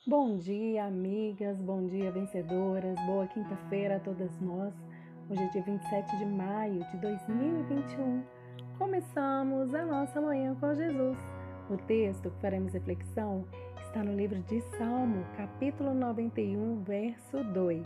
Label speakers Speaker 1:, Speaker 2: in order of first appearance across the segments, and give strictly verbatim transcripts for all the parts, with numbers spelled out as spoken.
Speaker 1: Bom dia, amigas, bom dia, vencedoras, boa quinta-feira a todas nós. Hoje é dia vinte e sete de maio de dois mil e vinte e um. Começamos a nossa manhã com Jesus. O texto que faremos reflexão está no livro de Salmo, capítulo noventa e um, verso dois.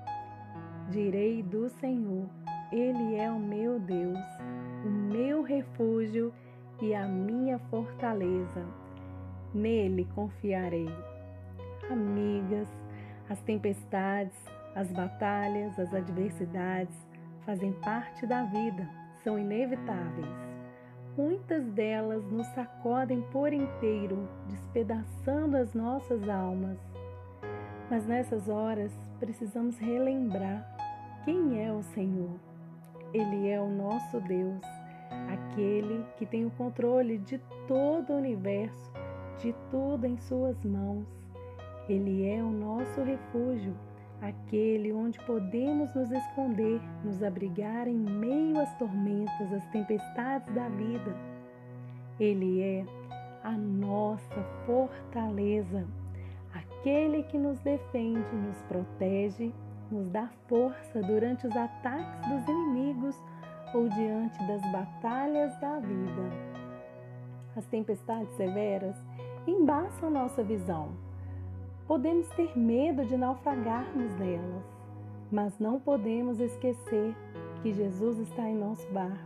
Speaker 1: Direi do Senhor, Ele é o meu Deus, o meu refúgio e a minha fortaleza. Nele confiarei. Amigas, as tempestades, as batalhas, as adversidades fazem parte da vida, são inevitáveis. Muitas delas nos sacodem por inteiro, despedaçando as nossas almas. Mas nessas horas precisamos relembrar quem é o Senhor. Ele é o nosso Deus, aquele que tem o controle de todo o universo, de tudo em suas mãos. Ele é o nosso refúgio, aquele onde podemos nos esconder, nos abrigar em meio às tormentas, às tempestades da vida. Ele é a nossa fortaleza, aquele que nos defende, nos protege, nos dá força durante os ataques dos inimigos ou diante das batalhas da vida. As tempestades severas embaçam nossa visão. Podemos ter medo de naufragarmos nelas, mas não podemos esquecer que Jesus está em nosso barco.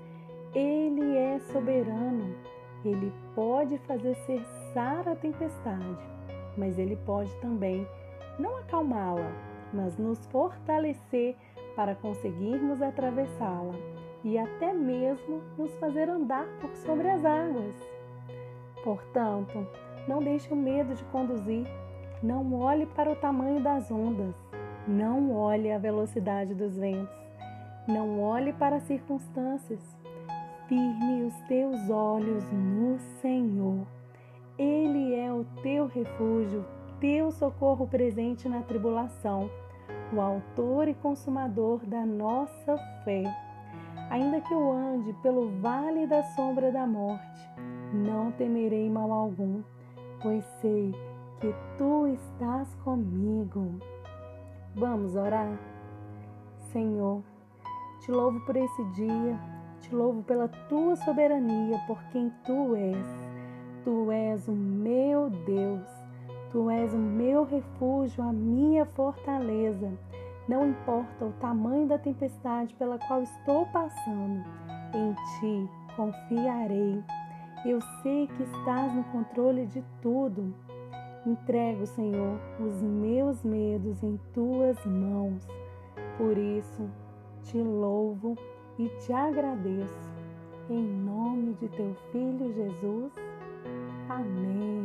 Speaker 1: Ele é soberano, Ele pode fazer cessar a tempestade, mas Ele pode também não acalmá-la, mas nos fortalecer para conseguirmos atravessá-la e até mesmo nos fazer andar por sobre as águas. Portanto, não deixe o medo de conduzir. Não olhe para o tamanho das ondas, não olhe a velocidade dos ventos, não olhe para as circunstâncias. Firme os teus olhos no Senhor. Ele é o teu refúgio, teu socorro presente na tribulação, o autor e consumador da nossa fé. Ainda que eu ande pelo vale da sombra da morte, não temerei mal algum, pois sei que Tu estás comigo. Vamos orar? Senhor, Te louvo por esse dia, Te louvo pela Tua soberania, por quem Tu és. Tu és o meu Deus, Tu és o meu refúgio, a minha fortaleza. Não importa o tamanho da tempestade pela qual estou passando, em Ti confiarei. Eu sei que estás no controle de tudo. Entrego, Senhor, os meus medos em Tuas mãos. Por isso, Te louvo e Te agradeço. Em nome de Teu Filho Jesus. Amém.